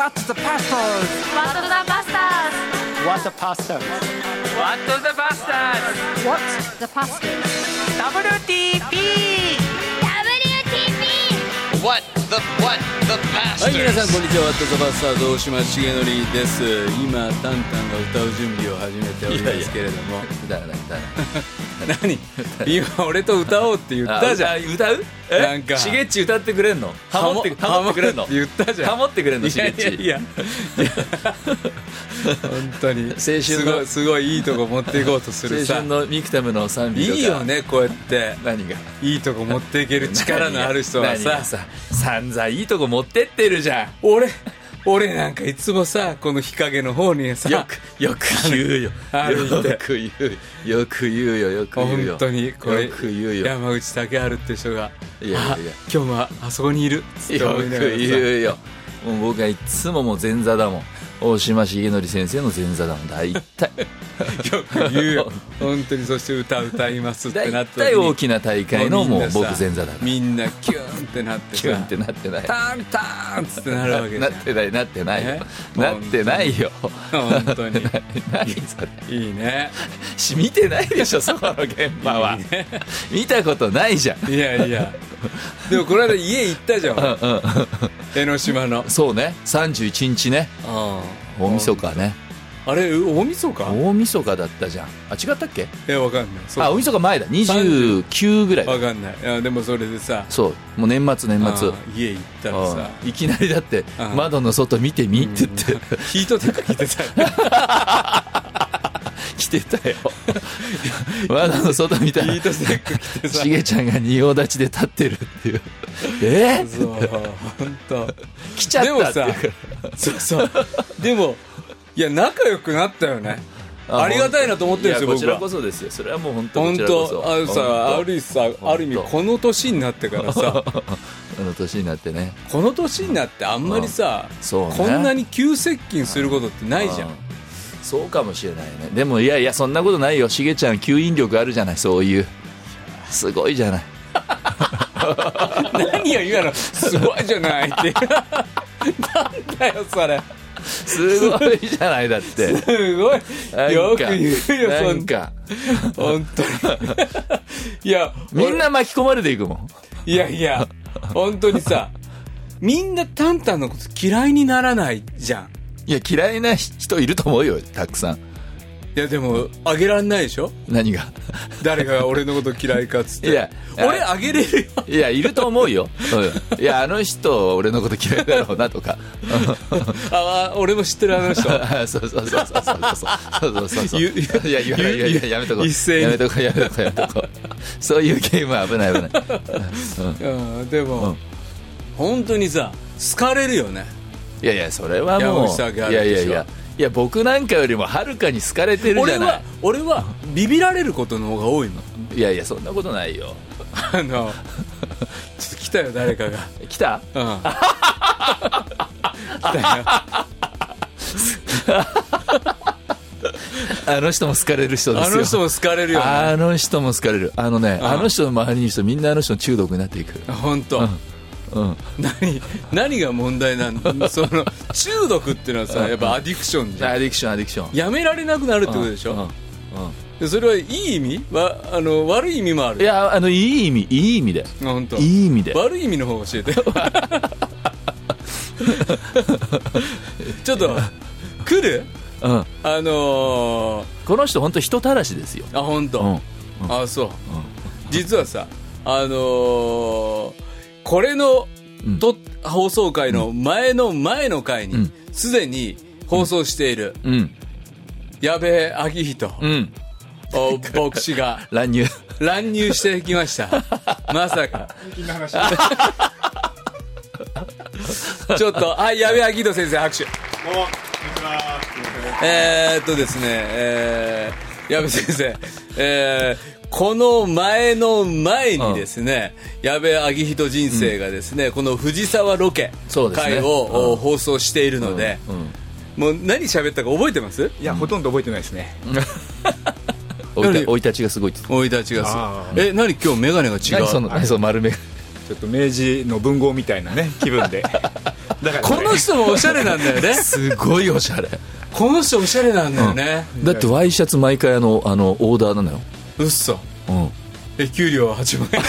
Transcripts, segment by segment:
What the Bastards? What the Bastards? What the Bastards? What the Bastards? What the Bastards? WTP! What the Bastards? はい、皆さんこんにちは。ワットザバスターズ大島重則です。今タンタンが歌う準備を始めておりますけれども、 歌わない何今俺と歌おうって言ったじゃん。 歌う？ なんかしげっち歌ってくれんの？ハモってくれんの？ って言ったじゃん。 ハモってくれんのしげっち？ いや本当に青春のすごいいいとこ持っていこうとするさ。 青春のミクタムの賛美とかいいよね、こうやって何がいいとこ持っていける力のある人は何がさ散々いいとこ持ってってるじゃん。 俺なんかいつもさ、この日陰の方にさ、 よく言うよ。 歩いてよく言うよ。 本当にこれよく言うよ。 山口武春って人がいや今日もあそこにいるってよく思いながらさ、 言うよ。もう僕はいつももう前座だもん。大島重則先生の前座だもん。大体よく言うよ本当に。そして歌いますってな大った体大きな大会のもう僕前座だから。 みんなキューンってなってさ、 キュンってなってない。 ターンターンってなるわけじゃん。 なってないよ。 えなってないよ。 本当に何それ。 いいね。 見てないでしょそこの現場は。 いいね。 見たことないじゃん。 いやでもこの間家行ったじゃん江ノ島の。 そうね、31日ね、大晦日ね。 あれ大晦日？ 大晦日だったじゃん。あ、違ったっけ？ いやわかんない。 あ、大晦日前だ。29ぐらいだ。 わかんない。いやでもそれでさ、 そうもう年末家行ったらさ、 いきなりだって窓の外見てみって言ってヒートテック着てたよ来てたよ窓の外見たらヒートテック着てさ、 しげちゃんが仁王立ちで立ってるっていうそう本当来ちゃったっていうかそうでもいや仲良くなったよね。ありがたいなと思ってるんですよ。 こちら僕はこそですよ。それはもう本当本当ある意味本当この年になってからさこの年になってね、 この年になってあんまりさ、 そうね、 こんなに急接近することってないじゃん。 そうかもしれないね。でもいやそんなことないよ。しげちゃん吸引力あるじゃない。そういうすごいじゃない何を言うのすごいじゃないってなんだよそれ。 すごいじゃない。だってすごいよく言うよ。 なんか本当にいやみんな巻き込まれていくもん。 いや本当にさ、みんなタンタンのこと嫌いにならないじゃん。 いや嫌いな人いると思うよ、たくさん。 いやでもあげられないでしょ。 何が誰が俺のこと嫌いかっつっていや俺あげれるよ。 いやいると思うよ、うん、いやあの人俺のこと嫌いだろうなとか俺も知ってるあの人そういや言わないやめとこう一斉にやめとこうそういうゲームは危ない、 でも、本当にさ好かれるよね。 いやそれはもういや僕なんかよりもはるかに好かれてるじゃない。 俺はビビられることの方が多いの。 いやそんなことないよ。 ちょっと来たよ誰かが。 来た？ 来たよあの人も好かれる人ですよ。 あの人も好かれるよね。 あの人も好かれる。あの人の周りにいる人みんなあの人の中毒になっていく。 本当。何が問題なんだその中毒っていうのはさ、やっぱアディクションじゃん。 アディクションやめられなくなるってことでしょ。でそれはいい意味悪い意味もある。 いやいい意味で。 本当。 いい意味で。 悪い意味の方教えてちょっと来る？この人本当人たらしですよ。 あ本当。あそう。実はさこれの放送回の前の回にすでに放送している矢部昭仁牧師が乱入してきました。まさかちょっと矢部昭仁先生拍手。どうもですね矢部先生この前の前にですね、矢部昭仁人生がですね、この藤沢ロケ会を放送しているので、もう何喋ったか覚えてます？ いやほとんど覚えてないですね生い立ちがすごいって。 生い立ちがすごい。何今日メガネが違う。 何その丸め。 ちょっと明治の文豪みたいなね気分でだから、 この人もおしゃれなんだよね。 すごいおしゃれ。 この人おしゃれなんだよね。 だってワイシャツ毎回オーダーなのよ。 うっそ。 うん。 給料は8万円。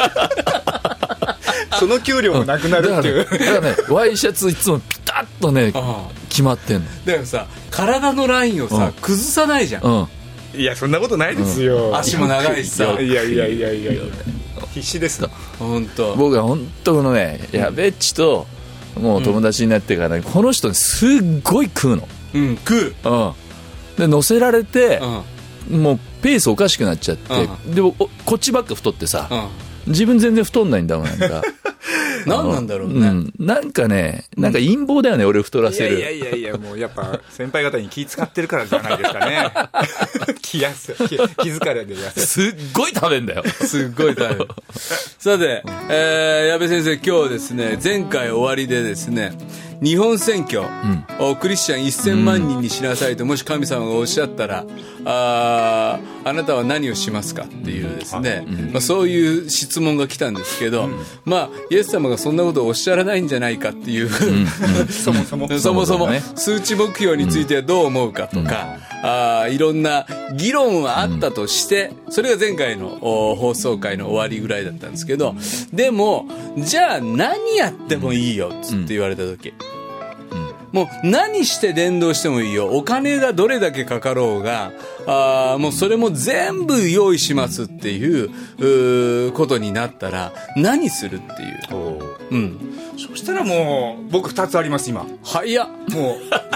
その給料もなくなるっていう。 だからね、ワイシャツいつもピタッとね、決まってんの。 だからさ、体のラインをさ、崩さないじゃん。 うん。 いや、そんなことないですよ。 足も長いしさ。 いや必死です。 本当。 僕は本当このね、やべっちともう友達になってから、ね、この人すっごい食うの。 うん、食う。 うん。で乗せられて、もうペースおかしくなっちゃって、でもこっちばっか太ってさ、自分全然太んないんだもんなんか。 何なんだろうね、 なんかね、なんか陰謀だよね、俺を太らせる。 いやもうやっぱ先輩方に気使ってるからじゃないですかね。気疲れでやすすっごい食べんだよ。 すっごい食べる。さて、矢部先生、今日ですね、前回終わりでですね、日本選挙をクリスチャン1000万人にしなさいと、もし神様がおっしゃったら、あなたは何をしますかっていうですね、そういう質問が来たんですけど、イエス様がそんなことをおっしゃらないんじゃないかっていう、そもそも数値目標についてはどう思うかとか、いろんな議論はあったとして、それが前回の放送回の終わりぐらいだったんですけど、でもじゃあ何やってもいいよっつって言われた時、もう何して伝道してもいいよ、お金がどれだけかかろうが、もうそれも全部用意しますっていうことになったら何するっていう。 そしたらもう僕2つあります。今早っ。もう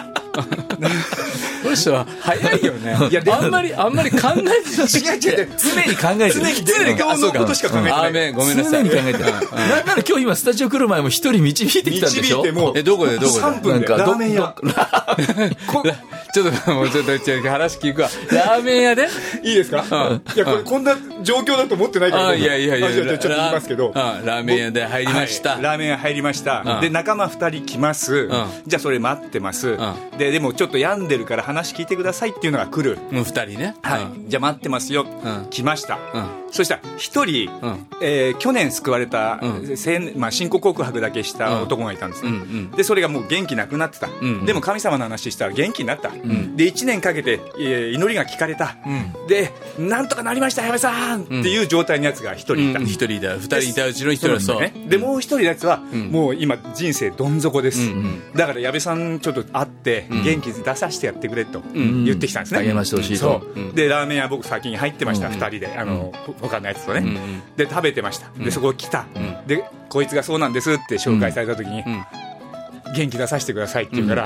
この人は早いよね。いや、あんまり考えてない。 違う常に考えてる。常に今日のことしか考えてない。 ごめんなさい。 常に考えてる。なんなら今日今スタジオ来る前も一人導いてきたんでしょ。 どこで 3分でラーメン屋。 ちょっと話聞くわ。ラーメン屋でいいですか。いや、こんな状況だと思ってないから。 いやちょっと言いますけど、 ラーメン屋で入りました。 ラーメン屋入りました。で、仲間2人来ます。じゃあそれ待ってます。でもちょっと病んでるから話聞いてくださいっていうのが来る。 2人ね。 じゃあ待ってますよ。来ました。そしたら1人、去年救われた、信仰告白だけした男がいたんですね。でそれがもう元気なくなってた。でも神様の話したら元気になった。で1年かけて、祈りが聞かれた。でなんとかなりました矢部さんっていう状態のやつが1人いた。 1人だ。2人いたうちの1人はそう。 でもう1人のやつはもう今人生どん底です。だから矢部さんちょっと会って元気出させてやってくれと言ってきたんですね。 励ましてほしいと。 でラーメン屋僕先に入ってました。2人で他のやつとね。で食べてました。でそこ来た。でこいつがそうなんですって紹介された時に元気出させてくださいって言うから、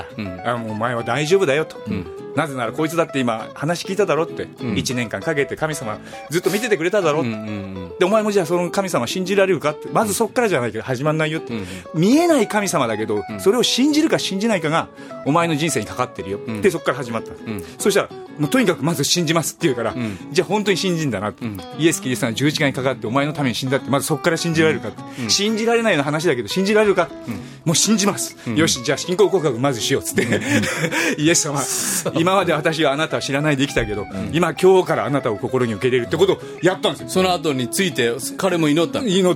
もうお前は大丈夫だよと。なぜならこいつだって今話聞いただろって、1年間かけて神様ずっと見ててくれただろ、でお前もじゃあその神様信じられるかって、まずそっからじゃないけど始まんないよって、見えない神様だけど、それを信じるか信じないかがお前の人生にかかってるよ、でそっから始まった、そしたらもうとにかくまず信じますって言うから、じゃあ本当に信じんだな、イエス・キリストが十字架にかかってお前のために死んだって、まずそっから信じられるかって、信じられないような話だけど信じられるか、もう信じます、よしじゃあ信仰告白まずしようっつって、イエス様今まで私はあなたは知らないで生きたけど、今日からあなたを心に受け入れるってことをやったんですよ。 その後について彼も祈ったの。 祈って、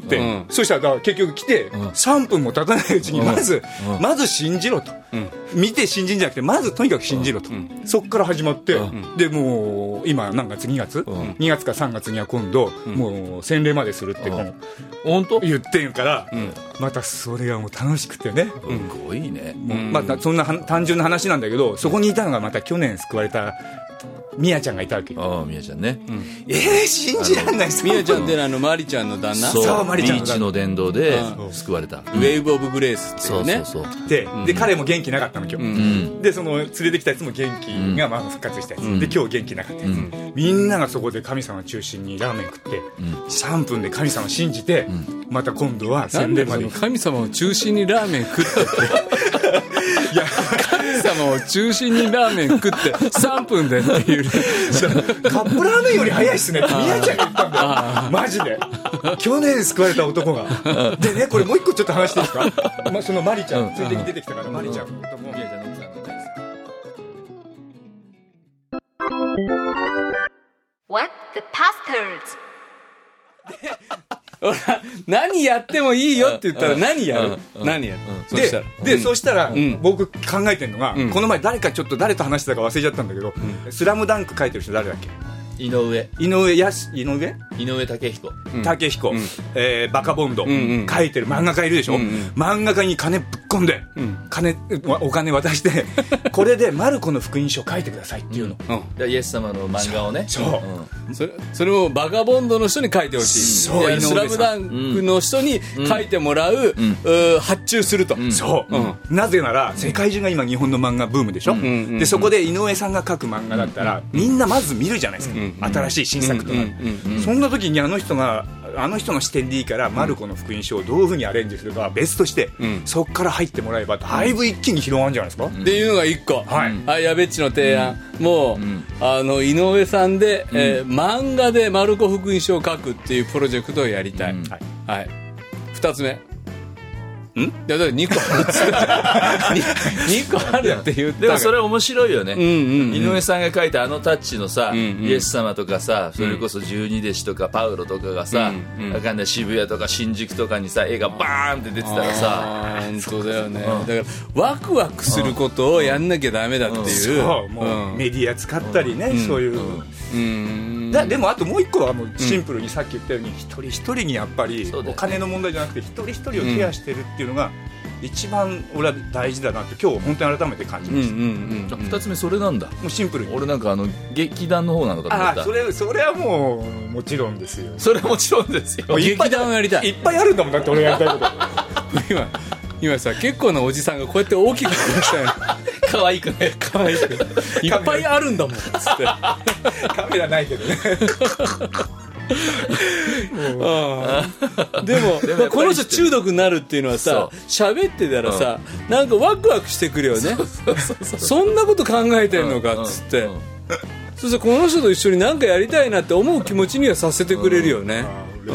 そしたら結局来て、3分も経たないうちにまず信じろと、見て信じんじゃなくてまずとにかく信じろと、そっから始まって、でもう今何月2月、2月か3月には今度、もう洗礼までするって本当言ってんから、またそれがもう楽しくてね、 すごいね。 またそんな単純な話なんだけど、そこにいたのがまた去年救われたみやちゃんがいたわけ。 みやちゃんね。 信じられないです。 みやちゃんってマリちゃんの旦那。 そう、マリちゃんビーチの殿堂で救われた。 ウェーブオブグレースっていうね。 で彼も元気なかったの今日。でその連れてきたやつも元気が復活したやつ。で今日元気なかったやつ。みんながそこで神様中心にラーメン食って3分で神様信じて、また今度は洗礼まで。 神様を中心にラーメン食ったって。いや神様を中心にラーメン食って3分でっていう。 カップラーメンより早いっすねってみやちゃんが言ったんだよ。マジで去年救われた男が。でね、これもう一個ちょっと話していいですか。そのマリちゃん連れて出てきたから、マリちゃんのこともみやちゃんの奥さんの大好き。 What the Bastards 何やってもいいよって言ったら何やる、何やる、 そうしたら、僕考えてるのが、この前誰と話したか忘れちゃったんだけど、スラムダンク書いてる人誰だっけ。 井上武彦、バカボンド、書いてる漫画家いるでしょ、漫画家に金ぶっ込んで、お金渡してこれでマルコの福音書書いてくださいっていうの、 イエス様の漫画をね、 それをバカボンドの人に書いてほしい、スラムダンクの人に書いてもらう、発注すると、なぜなら世界中が今日本の漫画ブームでしょ、でそこで井上さんが書く漫画だったら、みんなまず見るじゃないですか、新しい新作とか、そんな時にあの人の視点でいいからマルコの福音書をどういう風にアレンジするかは別として、そこから入ってもらえばだいぶ一気に広がるんじゃないですか、 っていうのが1個、やべっちの提案、もう、井上さんで、漫画でマルコ福音書を書くっていうプロジェクトをやりたい、2つ目、いやだって2個あるっつって2個あるって言った。 でもそれ面白いよね、井上さんが書いたあのタッチのさ、イエス様とかさ、それこそ十二弟子とかパウロとかがさ、わかんない渋谷とか新宿とかにさ絵がバーンって出てたらさ、 本当だよね、だからワクワクすることをやんなきゃダメだっていう、 そうもうメディア使ったりね、そういう、でもあともう一個はもうシンプルにさっき言ったように、一人一人にやっぱりお金の問題じゃなくて一人一人をケアしてるっていうのが一番俺は大事だなって今日本当に改めて感じました。 2つ目それなんだ。 もうシンプルに俺なんか劇団の方なのかと思った。 それはもうもちろんですよ。 それはもちろんですよ。 劇団をやりたい。 いっぱいあるんだもんだって俺やりたいこと今さ結構なおじさんがこうやって大きく話したよ可愛くね、 可愛くいっぱいあるんだもんつってカメラないけどねでもこの人中毒になるっていうのはさ、喋ってたらさ、なんかワクワクしてくるよね。そんなこと考えてるのかっつって、そしてこの人と一緒に何かやりたいなって思う気持ちにはさせてくれるよね。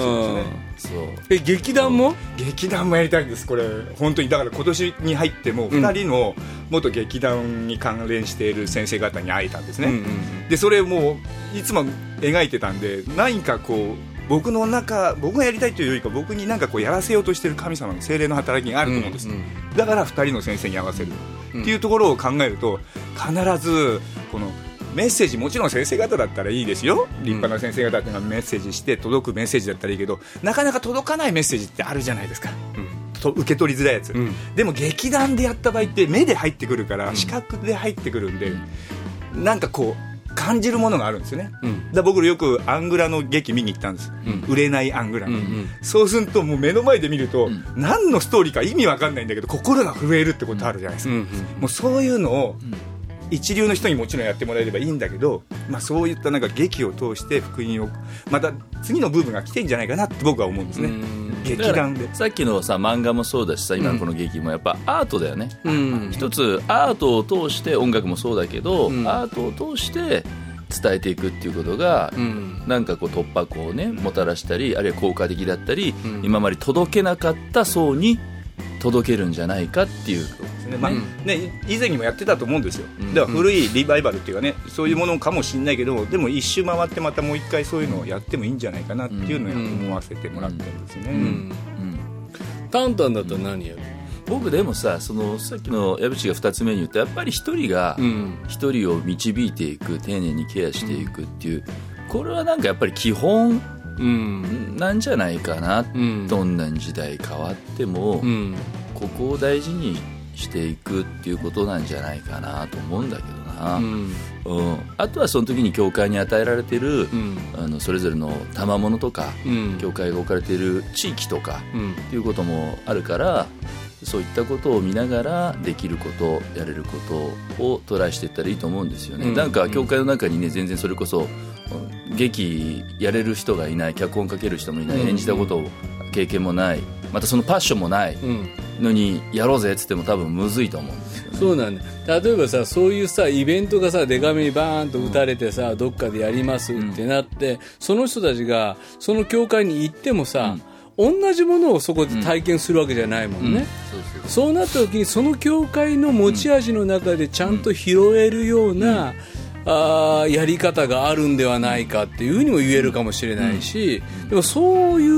劇団もやりたいんです。これ本当にだから今年に入っても2人の元劇団に関連している先生方に会えたんですね、でそれもいつも描いてたんで、何かこう僕がやりたいというよりか僕に何かこうやらせようとしている神様の精霊の働きがあると思うんです、だから2人の先生に合わせるっていうところを考えると、必ずこのメッセージ、もちろん先生方だったらいいですよ、立派な先生方っていうのはメッセージして届くメッセージだったらいいけど、なかなか届かないメッセージってあるじゃないですか、受け取りづらいやつ、でも劇団でやった場合って目で入ってくるから、視覚で入ってくるんで、なんかこう感じるものがあるんですよね、だ僕よくアングラの劇見に行ったんです、売れないアングラの、そうするともう目の前で見ると、何のストーリーか意味わかんないんだけど心が震えるってことあるじゃないですか、もうそういうのを一流の人にもちろんやってもらえればいいんだけど、そういったなんか劇を通して福音をまた次のブームが来てんじゃないかなって僕は思うんですね。劇団でさっきのさ漫画もそうだしさ、今のこの劇もやっぱアートだよね、一つアートを通して、音楽もそうだけど、アートを通して伝えていくっていうことが、なんかこう突破口をねもたらしたり、あるいは効果的だったり、今まで届けなかった層に届けるんじゃないかっていう、 以前にもやってたと思うんですよ、だから古いリバイバルっていうかね、そういうものかもしれないけど、でも一周回ってまたもう一回そういうのをやってもいいんじゃないかなっていうのを思わせてもらってるんですね。 タンタンだったら何やる？ 僕でもさっきの矢渕が2つ目に言った、やっぱり一人が一人を導いていく、丁寧にケアしていくっていう、これはなんかやっぱり基本なんじゃないかな、どんな時代変わっても、ここを大事にしていくっていうことなんじゃないかなと思うんだけどな、あとはその時に教会に与えられている、それぞれの賜物とか、教会が置かれている地域とか、っていうこともあるから、そういったことを見ながらできること、やれることをトライしていったらいいと思うんですよね。なんか教会の中にね、全然それこそ劇やれる人がいない、脚本書ける人もいない、演じたことを経験もない、またそのパッションもないのにやろうぜっつっても多分むずいと思うんですよね。 そうなんだ。例えばさ、そういうさイベントがさデカめにバーンと打たれてさ、どっかでやりますってなって、その人たちがその教会に行ってもさ、同じものをそこで体験するわけじゃないもんね、そうなった時にその教会の持ち味の中でちゃんと拾えるような、やり方があるんではないかっていうふうにも言えるかもしれないし、でもそういっ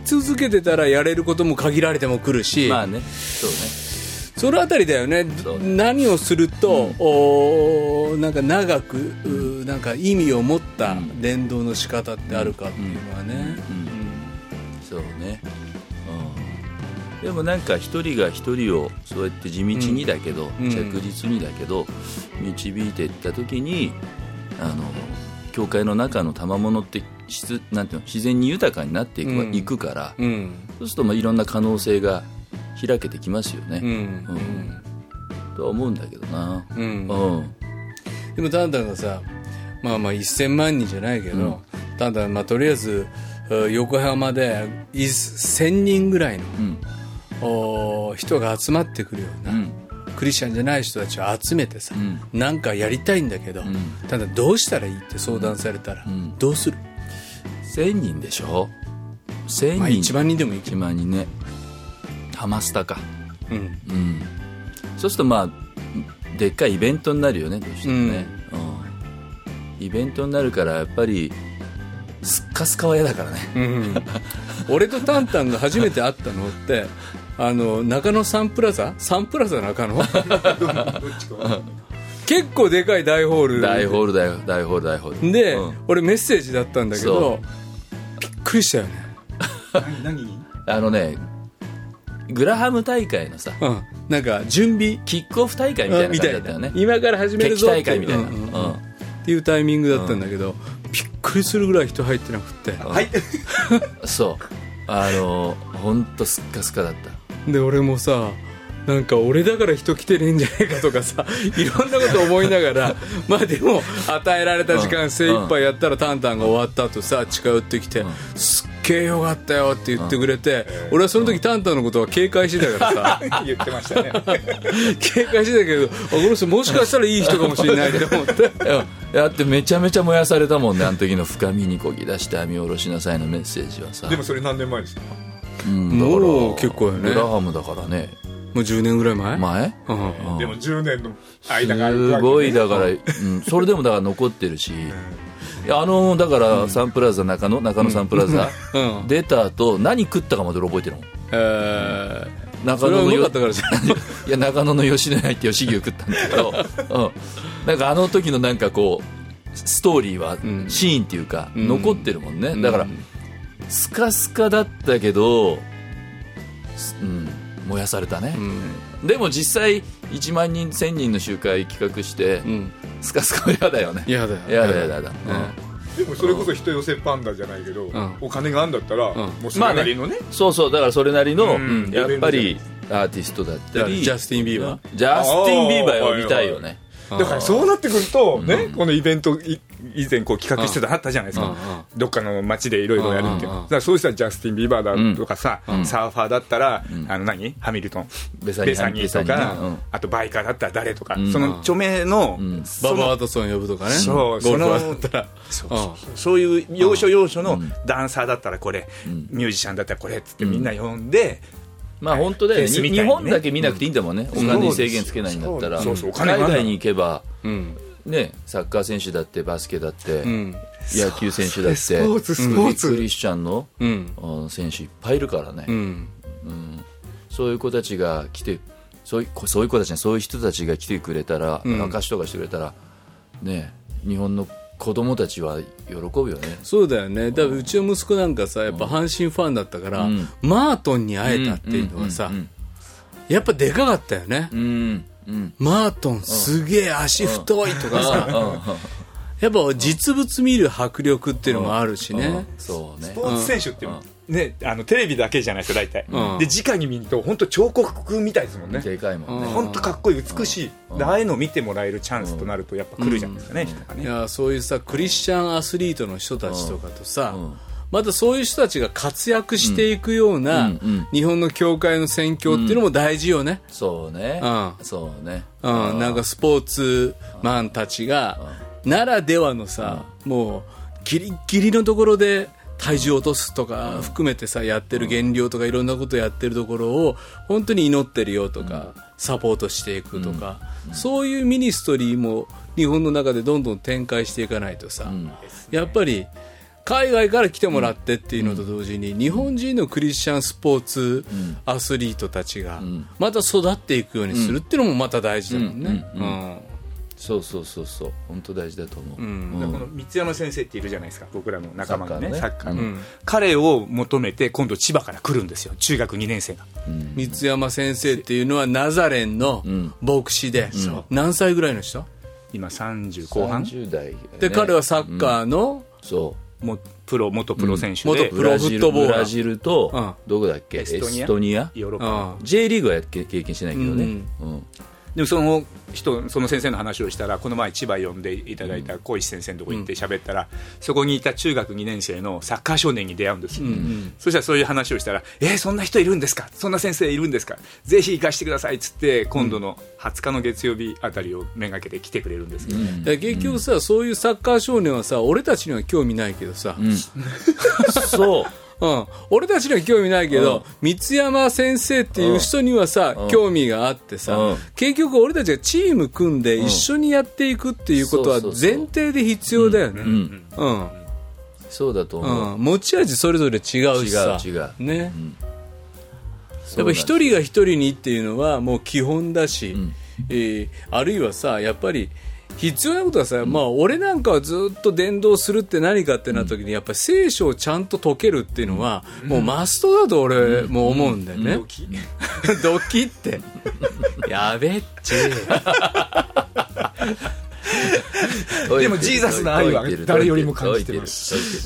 続けてたらやれることも限られてもくるし、 まあね、そうね、 そのあたりだよね。何をすると、なんか長く、なんか意味を持った伝道の仕方ってあるかっていうのはね、 そうね、でもなんか一人が一人をそうやって地道にだけど、着実にだけど導いていった時に教会の中の賜物ってなんていうの、自然に豊かになっていくから、そうするといろんな可能性が開けてきますよね、とは思うんだけどな、 でもタンタンがさ、まあ1000万人じゃないけど、タンタンとりあえず横浜で1000人ぐらいの、人が集まってくるような、クリスチャンじゃない人たちを集めてさ、なんかやりたいんだけど、ただどうしたらいいって相談されたら、どうする ？1000人でしょ。1000人、 1万人でもいいけど、 1万人ね、ハマスタか、そうするとでっかいイベントになるよね、どうしてもね、イベントになるからやっぱりスッカスカは嫌だからね、 俺とタンタンが初めて会ったのって中野サンプラザ中野結構でかい大ホール大ホールで、俺メッセージだったんだけど、びっくりしたよね。 何グラハム大会のさ、なんか準備キックオフ大会みたいな感じだったよね。 今から始めるぞ大会みたいな、 っていうタイミングだったんだけど、びっくりするぐらい人入ってなくて、 そうほんとスッカスカだった。 で俺もさ、なんか俺だから人来てねえんじゃないかとかさ、いろんなこと思いながらでも与えられた時間精一杯やったら、タンタンが終わった後さ、近寄ってきて、すっげえよかったよって言ってくれて、俺はその時タンタンのことは警戒してたからさ言ってましたね警戒してたけど、この人もしかしたらいい人かもしれないと思ってだってめちゃめちゃ燃やされたもんね、あの時の深みにこぎ出して網下ろしなさいのメッセージはさ。 でもそれ何年前ですか？ もう結構よね。 グラハムだからね、 もう10年ぐらい前、 でも10年の間があるわけ、ね、 すごいだから、それでもだから残ってるし、だからサンプラザ中野サンプラザ、出た後何食ったかまで覚えてるもん。 それはうまかったからじゃないいや、中野の吉野家って吉牛食ったんだけど、なんかあの時のなんかこうストーリーは、シーンっていうか、残ってるもんね。だからスカスカだったけど、燃やされたね、でも実際1万人1000人の集会企画して、スカスカは嫌だよね。 嫌だ、 でもそれこそ人寄せパンダじゃないけど、お金があるんだったら、もうそれなりのね、 そうだからそれなりの、やっぱりアーティストだったり、 ジャスティン・ビーバーを見たいよね。 だからそうなってくるとね、このイベント以前こう企画してたあったじゃないですか、どっかの街でいろいろやるっていう。だからそうしたらジャスティン・ビーバーだとかさ、サーファーだったらハミルトン、ベサニーとか、あとバイカーだったら誰とか、その著名のババ・ワトソン呼ぶとかね、 そういう要所要所のダンサーだったらこれ、ミュージシャンだったらこれっつってみんな呼んで、 本当だよね。日本だけ見なくていいんだもんね、お金に制限つけないんだったら。海外に行けば、サッカー選手だってバスケだって、野球選手だってスポーツクリスチャンの選手いっぱいいるからね、そういう子たちが来て、そういう人たちが来てくれたら、証とかしてくれたらね、日本の子供たちは喜ぶよね。 そうだよね。だからうちの息子なんかさ、やっぱ阪神ファンだったから、マートンに会えたっていうのはさ、やっぱでかかったよね。マートンすげえ足太いとかさ、やっぱ実物見る迫力っていうのもあるしね。 そうね。 スポーツ選手ってね、テレビだけじゃないですか大体、で直に見ると本当彫刻みたいですもんね。 でかいもんね。 本当かっこいい美しい、ああいうのを見てもらえるチャンスとなるとやっぱ来るじゃないですかね、 いや、そういうさクリスチャンアスリートの人たちとかとさ、またそういう人たちが活躍していくような日本の教会の宣教っていうのも大事よね。 そうね、そうね、 なんかスポーツマンたちがならではのさ、もうギリギリのところで体重を落とすとか含めてさ、やってる減量とかいろんなことやってるところを本当に祈ってるよとか、サポートしていくとか、そういうミニストリーも日本の中でどんどん展開していかないとさ、やっぱり海外から来てもらってっていうのと同時に、日本人のクリスチャンスポーツアスリートたちがまた育っていくようにするっていうのもまた大事だもんね。 そう本当大事だと思う。 この三山先生っているじゃないですか、僕らの仲間がね、サッカーの、彼を求めて今度千葉から来るんですよ、中学2年生が。 三山先生っていうのはナザレンの牧師で、何歳ぐらいの人？ 今30後半 30代、ね、 で彼はサッカーの、 元プロ選手で、 元プロフットボーラー、 ブラジルと、どこだっけ、エストニア、 ヨーロッパ、 J リーグは経験してないけどね。 でもその先生の話をしたら、この前千葉呼んでいただいた小石先生のところに行って喋ったら、そこにいた中学2年生のサッカー少年に出会うんですよ。そしたらそういう話をしたら、そんな人いるんですか、そんな先生いるんですか、ぜひ行かしてくださいっつって、今度の20日の月曜日あたりをめがけて来てくれるんですけど、 結局さ、そういうサッカー少年はさ、俺たちには興味ないけどさ、 そう俺たちには興味ないけど、三山先生っていう人にはさ、興味があってさ、結局俺たちがチーム組んで一緒にやっていくっていうことは前提で必要だよね。 そうだと思う。 持ち味それぞれ違うしさ、ね、やっぱ一人が一人にっていうのはもう基本だし、あるいはさ、やっぱり必要なことはさ、俺なんかはずっと伝道するって何かってなった時に、やっぱり聖書をちゃんと解けるっていうのは、もうマストだと俺も思うんだよね。ドキってやべっちでもジーザスの愛は誰よりも感じてます。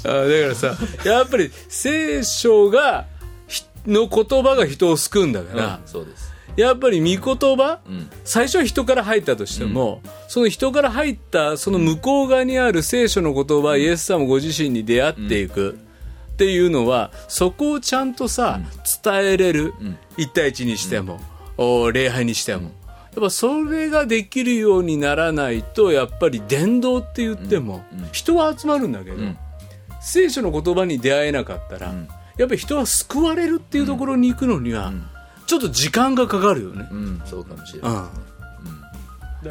だからさ、やっぱり聖書がの言葉が人を救うんだから、 そうです。 やっぱり御言葉、最初は人から入ったとしても、その人から入ったその向こう側にある聖書の言葉、イエス様ご自身に出会っていくっていうのは、そこをちゃんとさ、伝えれる、一対一にしても、礼拝にしても、やっぱそれができるようにならないと、やっぱり伝道って言っても、人は集まるんだけど、聖書の言葉に出会えなかったら、やっぱり人は救われるっていうところに行くのには、ちょっと時間がかかるよね。 そうかもしれない。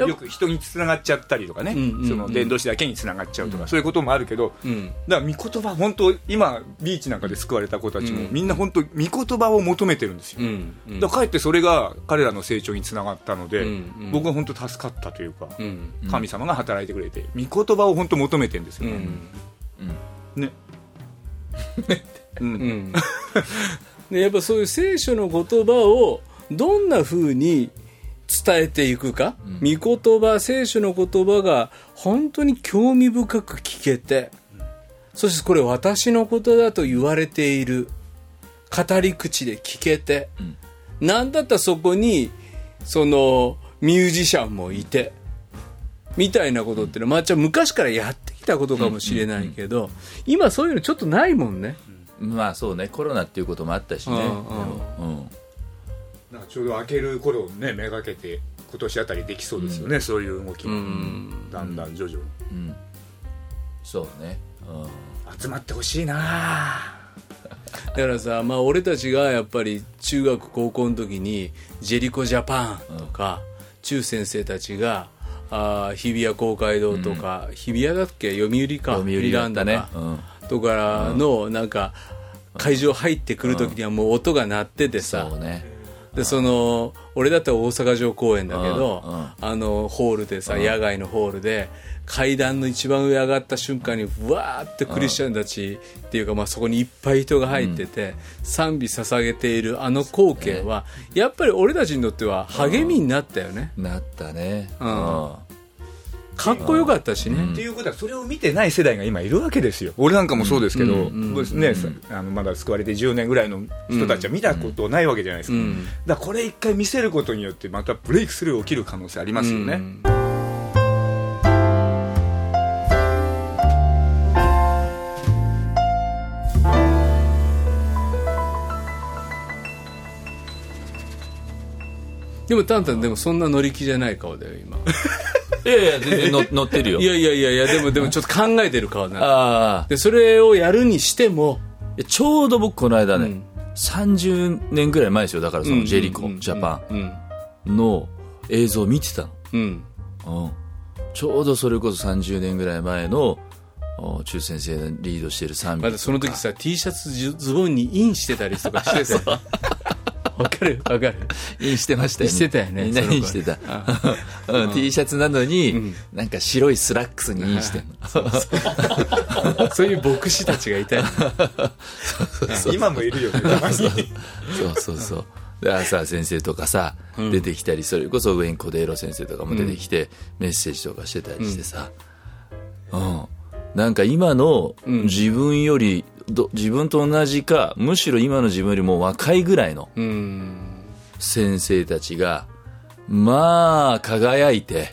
よく人につながっちゃったりとかね、その伝道師だけにつながっちゃうとか、そういうこともあるけど、だから御言葉、本当今ビーチなんかで救われた子たちも、みんな本当御言葉を求めてるんですよ。だからかえってそれが彼らの成長につながったので、僕は本当助かったというか、神様が働いてくれて御言葉を本当求めてるんですよね。 でやっぱそういう聖書の言葉をどんな風に伝えていくか、御言葉、聖書の言葉が本当に興味深く聞けて、そしてこれ私のことだと言われている語り口で聞けて、なんだったらそこにそのミュージシャンもいてみたいなことってのは、昔からやってきたことかもしれないけど、今そういうのちょっとないもんね。 そうね、コロナっていうこともあったしね。 なんかちょうど開ける頃をね、めがけて今年あたりできそうですよね、そういう動きも、だんだん徐々に、 そうね、 集まってほしいな。 だからさ、俺たちがやっぱり中学高校の時にジェリコジャパンとか、中先生たちが日比谷公会堂とか、日比谷だっけ、読売か、 読売だったね、 とかのなんか会場入ってくる時にはもう音が鳴っててさ、でその俺だったら大阪城公園だけど、ホールでさ、野外のホールで階段の一番上上がった瞬間にうわーってクリスチャンたちっていうか、そこにいっぱい人が入ってて、賛美捧げているあの光景は、やっぱり俺たちにとっては励みになったよね。 なったね。 かっこよかったしね、 っていうことはそれを見てない世代が今いるわけですよ。俺なんかもそうですけど、まだ救われて10年ぐらいの人たちは見たことないわけじゃないですか。だからこれ一回見せることによってまたブレイクスルー起きる可能性ありますよね。 でもタンタン、でもそんな乗り気じゃない顔だよ今。 いやいや、全然乗ってるよ。 いやでもちょっと考えてる顔な。でそれをやるにしても、 ちょうど僕この間ね、30年ぐらい前ですよ。だからそのジェリコジャパンの映像を見てたの。ちょうどそれこそ30年ぐらい前の中先生がリードしてる賛美とか、 まだその時さ T シャツズボンにインしてたりとかしてたよねわかるインしてましたよね。 してたよね。 みんなインしてた、T シャツなのに、なんか白いスラックスにインしてんの、そういう牧師たちがいたよね今もいるよねそうで朝先生とかさ、出てきたり、それこそウェイン・コデーロ先生とかも出てきて、メッセージとかしてたりしてさ、なんか今の自分より、自分と同じか、むしろ今の自分よりも若いぐらいの先生たちが、まあ輝いて、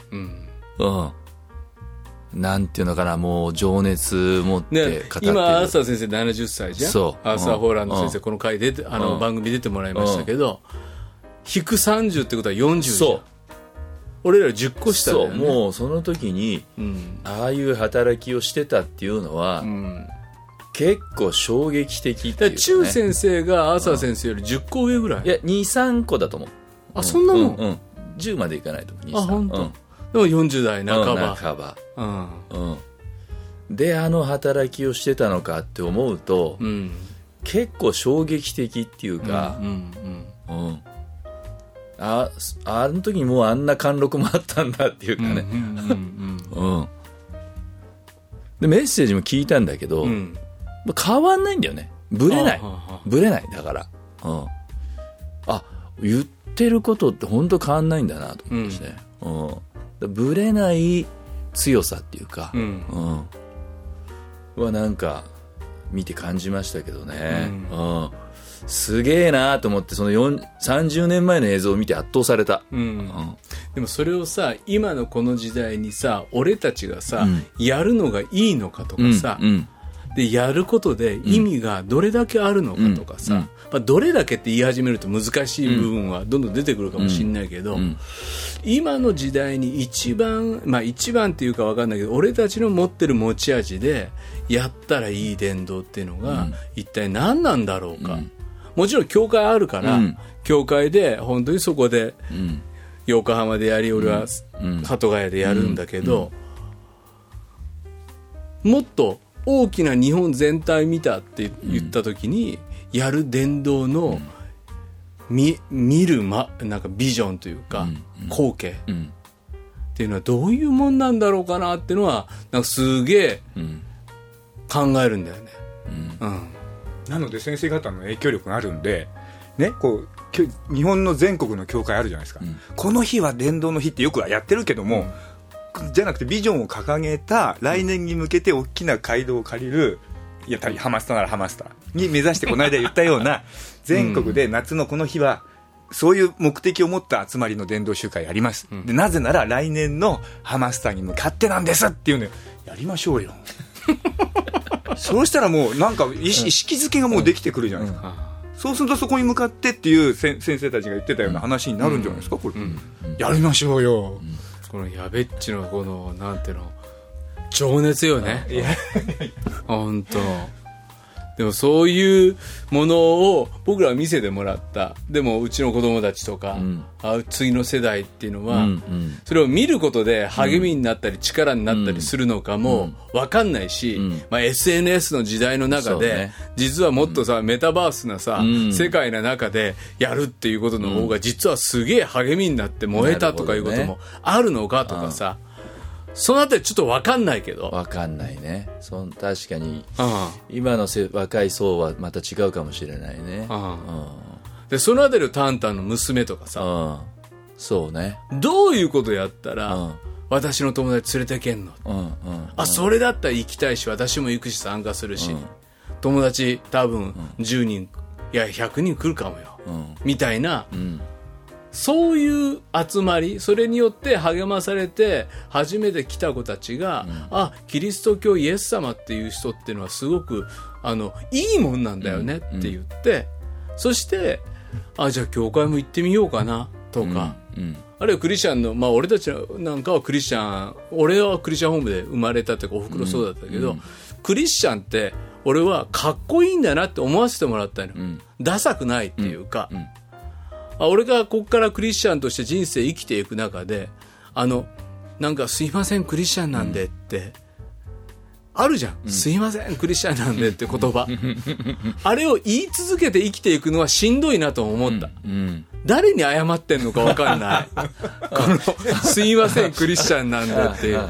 なんていうのかな、もう情熱持って語ってる、 今アーサー先生70歳じゃん。 そうアーサー・ホーランド先生、この回で番組出てもらいましたけど、引く30ってことは40じゃん。そう、俺ら10個下だよね。 そう、もうその時に、ああいう働きをしてたっていうのは、結構衝撃的っていうか、ね、 中先生がアーサー先生より10個上ぐらい。 いや 2,3 個だと思う。 あ、そんなもん、 10までいかないと思う。 あ、本当。でも40代半ば、 で働きをしてたのかって思うと、結構衝撃的っていうか、あの時にもうあんな貫禄もあったんだっていうかね、でメッセージも聞いたんだけど、変わんないんだよね。ブレないだから、言ってることって本当変わんないんだなと思って、ブレない強さっていうか、はなんか見て感じましたけどね、すげえなと思って、その30年前の映像を見て圧倒された、 でもそれをさ、今のこの時代にさ、俺たちがさ、やるのがいいのかとかさ、でやることで意味がどれだけあるのかとかさ、どれだけって言い始めると難しい部分はどんどん出てくるかもしれないけど、今の時代に一番っていうか分かんないけど、俺たちの持ってる持ち味でやったらいい伝道っていうのが一体何なんだろうか、もちろん教会あるから、教会で本当にそこで、横浜でやり、俺は鳩ヶ谷でやるんだけど、もっと大きな日本全体見たって言った時に、やる伝道の見る、なんかビジョンというか、光景っていうのはどういうもんなんだろうかなっていうのは、なんかすげえ考えるんだよね。 なので先生方の影響力があるんで、ね、こう日本の全国の教会あるじゃないですか、この日は伝道の日ってよくはやってるけども、じゃなくてビジョンを掲げた来年に向けて大きな街道を借りる、いやハマスタならハマスタに目指して、この間言ったような全国で夏のこの日はそういう目的を持った集まりの伝道集会やります、でなぜなら来年のハマスタに向かってなんですっていうのをやりましょうよそうしたらもうなんか意識づけがもうできてくるじゃないですか、そうするとそこに向かってっていう先生たちが言ってたような話になるんじゃないですか、これ、やりましょうよ、 このやべっちのこのなんていうの情熱よね。本当。でもそういうものを僕らは見せてもらった。でもうちの子供たちとか、次の世代っていうのは、それを見ることで励みになったり力になったりするのかも分かんないし、SNS の時代の中で、実はもっとさメタバースなさ、世界の中でやるっていうことの方が実はすげえ励みになって燃えたとかいうこともあるのかとかさ、そのあたりちょっと分かんないけど。 分かんないね。確かに今の若い層はまた違うかもしれないね。 でそのあたりをタンタンの娘とかさ、 そうね、 どういうことやったら、私の友達連れてけんの、それだったら行きたいし、私も行くし参加するし、友達多分10人、いや100人来るかもよ、みたいな、そういう集まり、それによって励まされて初めて来た子たちが、キリスト教イエス様っていう人っていうのはすごくいいもんなんだよねって言って、そしてじゃあ教会も行ってみようかなとか、あるいはクリスチャンの、俺たちなんかはクリスチャン、俺はクリスチャンホームで生まれたというかおふくろそうだったけど、クリスチャンって俺はかっこいいんだなって思わせてもらったの、ダサくないっていうか、俺がここからクリスチャンとして人生生きていく中で、なんかすいませんクリスチャンなんでって、 あるじゃん、すいませんクリスチャンなんでって言葉あれを言い続けて生きていくのはしんどいなと思った、誰に謝ってんのか分かんないこのすいませんクリスチャンなんでっていう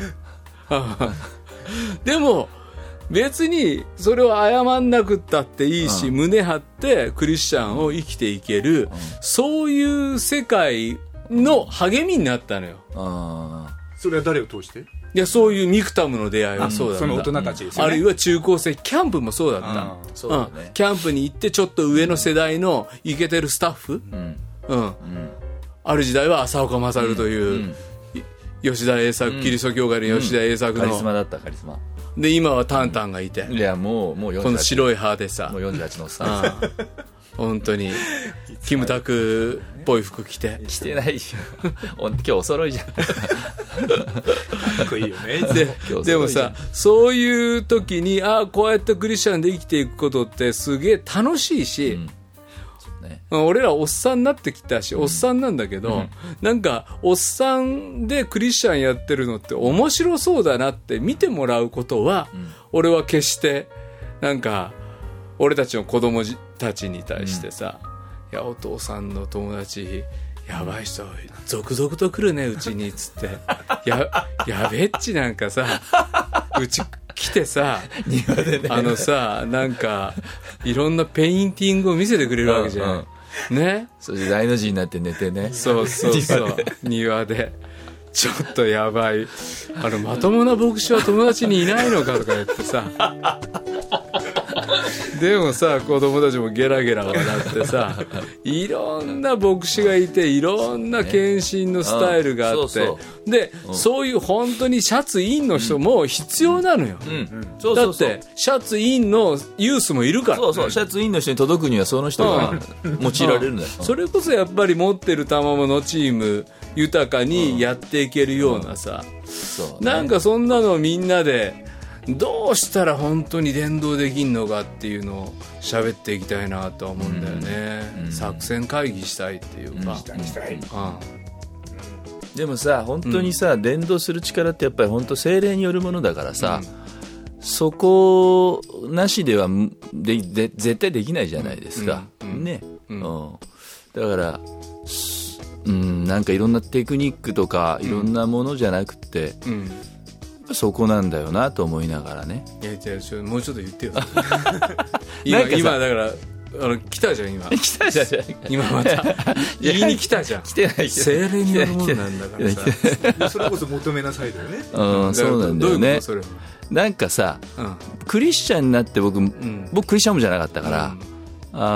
でも別にそれを謝んなくったっていいし、胸張ってクリスチャンを生きていける、そういう世界の励みになったのよ。 それは誰を通して？ いや、そういうミクタムの出会いはそうだった。 その大人たちですよね。 あるいは中高生キャンプもそうだった、 そうだね、 キャンプに行ってちょっと上の世代のイケてるスタッフ、ある時代は浅岡勝という、吉田栄作、キリスト教会の吉田栄作の、 カリスマだったカリスマで、今はタンタンがいて、 いやもう48、 この白い歯でさ、 もう48のおっさん本当にキムタクっぽい服着てないし今日お揃いじゃんかっこいいよねでもさ、そういう時にこうやってクリスチャンで生きていくことってすげえ楽しいし、俺らおっさんになってきたし、おっさんなんだけど、なんかおっさんでクリスチャンやってるのって面白そうだなって見てもらうことは、俺は決してなんか俺たちの子供たちに対してさ、いやお父さんの友達やばい人続々と来るねうちにっつってやべっちなんかさうち来てさ庭でね、 なんかいろんなペインティングを見せてくれるわけじゃん、ね、 そして大の字になって寝てね、 そう庭でちょっとやばいまともな牧師は友達にいないのかとか言ってさでもさ子供たちもゲラゲラ笑ってさいろんな牧師がいていろんな献身のスタイルがあって、で、そういう本当にシャツインの人も必要なのよ、だってシャツインのユースもいるから、 シャツインの人に届くにはその人が用いられるんだよ、 それこそやっぱり持ってる賜物のチーム豊かにやっていけるようなさ、なんかそんなのをみんなでどうしたら本当に伝道できんのかっていうのを喋っていきたいなとは思うんだよね、作戦会議したいっていうか、 でもさ本当にさ、伝道する力ってやっぱり本当精霊によるものだからさ、そこなしでは絶対できないじゃないですか、ね、だからなんかいろんなテクニックとかいろんなものじゃなくて、そこなんだよなと思いながらね。 いやもうちょっと言ってよ今だから来たじゃん今また言いに来たじゃん来てない精霊によるものなんだからさそれこそ求めなさいだよねそうなんだよね。なんかさ、クリスチャンになって僕クリスチャンもじゃなかったから、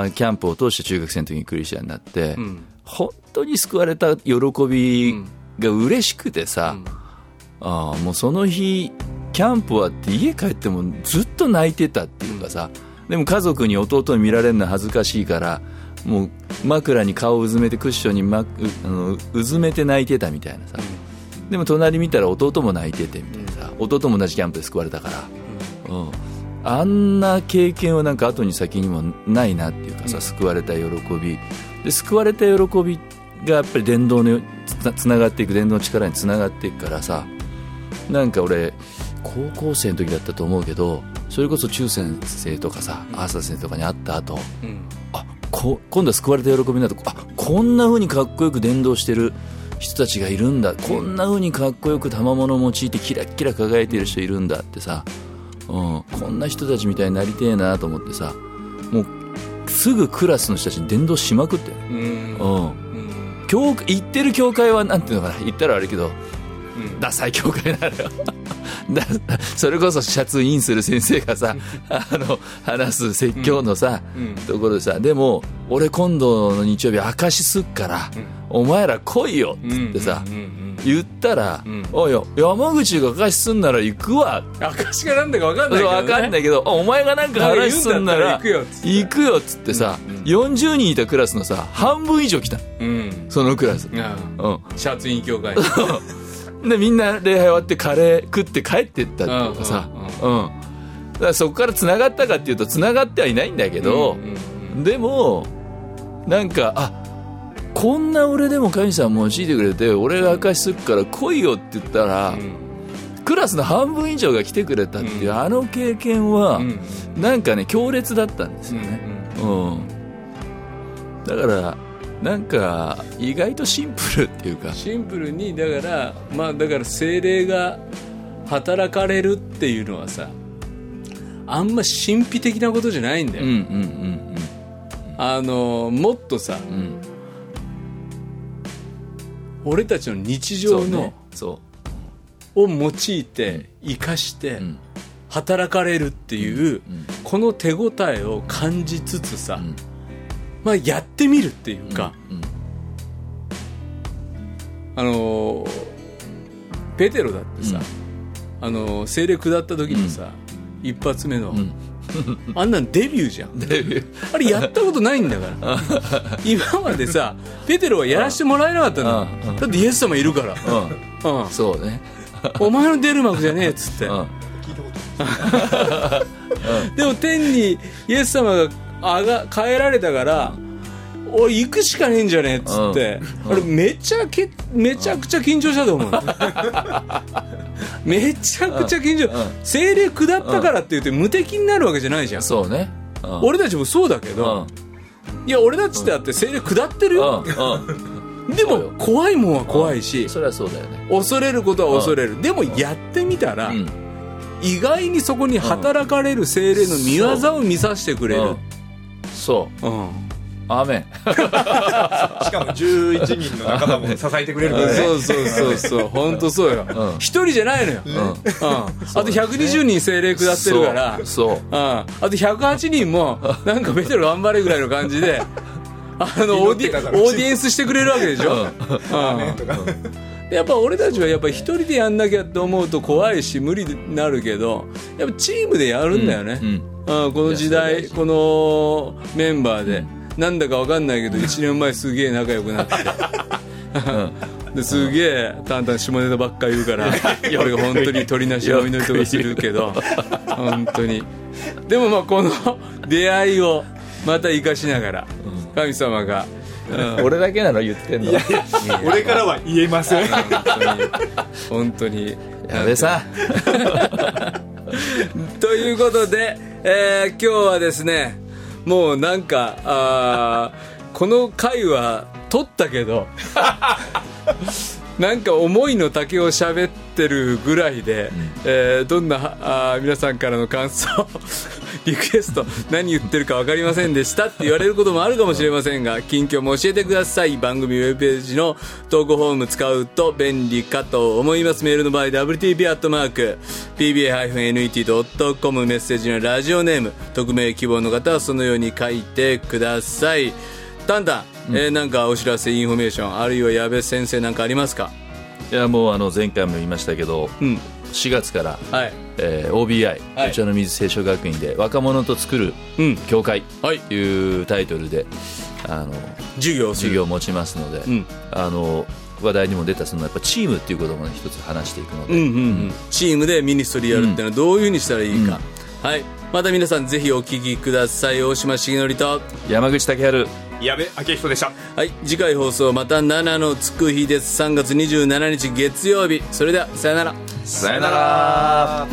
キャンプを通して中学生の時にクリスチャンになって、本当に救われた喜びが嬉しくてさ、もうその日キャンプ終わって家帰ってもずっと泣いてたっていうかさ、でも家族に弟に見られるのは恥ずかしいからもう枕に顔をうずめてクッションにうずめて泣いてたみたいなさ、でも隣見たら弟も泣いててみたいなさ、弟も同じキャンプで救われたから、あんな経験はなんか後に先にもないなっていうかさ、救われた喜びで、救われた喜びがやっぱり伝道のつながっていく、伝道の力につながっていくからさ、なんか俺高校生の時だったと思うけど、それこそ中先生とかさ、アーサー先生とかに会った後、今度は救われた喜びになると、こんな風にかっこよく伝道してる人たちがいるんだ、こんな風にかっこよく賜物を用いてキラッキラ輝いてる人いるんだってさ、こんな人たちみたいになりてえなと思ってさ、もうすぐクラスの人たちに伝道しまくって、行ってる教会はなんていうのかな、言ったら悪いけどダサい教会なのよそれこそシャツインする先生がさ話す説教のさ、ところでさ、でも俺今度の日曜日証しすっから、お前ら来いよっつってさ、言ったら、おいよ山口が証しすんなら行くわ、 証しがなんだか分かんないけど、ね、 分かんないけど、お前がなんか話すんなら行くよっつってさ、40人いたクラスのさ半分以上来た、そのクラス、シャツイン教会でみんな礼拝終わってカレー食って帰ってったっていうかさ、だからそこからつながったかっていうとつながってはいないんだけど、でもなんかこんな俺でも神様用いてくれて、俺が証しするから来いよって言ったら、来クラスの半分以上が来てくれたっていう、あの経験は、なんかね強烈だったんですよね、だからなんか意外とシンプルっていうか、 シンプルにだからだから精霊が働かれるっていうのはさ、あんま神秘的なことじゃないんだよ、もっとさ、俺たちの日常のを用いて生かして働かれるっていう、この手応えを感じつつさ、やってみるっていうか、ペテロだってさ、聖霊下った時にさ、一発目の、あんなんデビューじゃん。あれやったことないんだから今までさペテロはやらせてもらえなかったんだ、だってイエス様いるから、 そうねお前の出る幕じゃねえっつって、でも天にイエス様が変えられたから俺行くしかねえんじゃねえっつって、俺めちゃくちゃ緊張したと思うめちゃくちゃ緊張、聖霊下ったからって言って無敵になるわけじゃないじゃん。 そうね、 俺たちもそうだけど、いや俺たちだって聖霊下ってるよ、でも怖いもんは怖いし、 それはそうだよね、 恐れることは恐れる、でもやってみたら、意外にそこに働かれる聖霊の見業を見させてくれる、 そう、アーメンしかも11人の仲間も支えてくれるからねそう本当そうよ、一人じゃないのよ、あと120人聖霊下ってるから、あと108人もなんかペテロ頑張れぐらいの感じでオーディエンスしてくれるわけでしょ、やっぱ俺たちはやっぱ一人でやんなきゃって思うと怖いし無理になるけど、やっぱチームでやるんだよね、この時代このメンバーで、なんだか分かんないけど1年前すげえ仲良くなってですげえ淡々下ネタばっかり言うから俺が本当に取りなしのお祈りとかするけど本当にでもこの出会いをまた生かしながら神様が、 俺だけなの言ってんの俺からは言えません本当にやべさということで、今日はですねもうなんかこの回は撮ったけどなんか思いの丈を喋ってるぐらいで、どんな皆さんからの感想リクエスト何言ってるか分かりませんでしたって言われることもあるかもしれませんが、近況も教えてください。番組ウェブページの投稿フォーム使うと便利かと思います。メールの場合 wtp@pba-net.com メッセージのラジオネーム匿名希望の方はそのように書いてください。タンタン、なんかお知らせインフォメーションあるいは矢部先生なんかありますか？ いやもう前回も言いましたけど、4月から、OBI、お茶の水聖書学院で若者と作る教会というタイトルで、授業を持ちますので、話題にも出たそのやっぱチームっていうことも、ね、一つ話していくので、 チームでミニストリーやるっていうのはどういうふうにしたらいいか、また皆さんぜひお聞きください。大島重則と山口武春、 矢部明人でした。 次回放送また7のつく日です。3月27日月曜日。それではさよなら。 さよなら。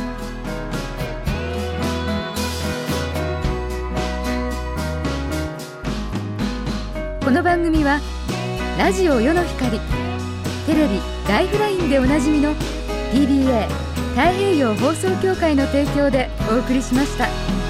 この番組はラジオ世の光、テレビライフラインでおなじみの PBA 太平洋放送協会の提供でお送りしました。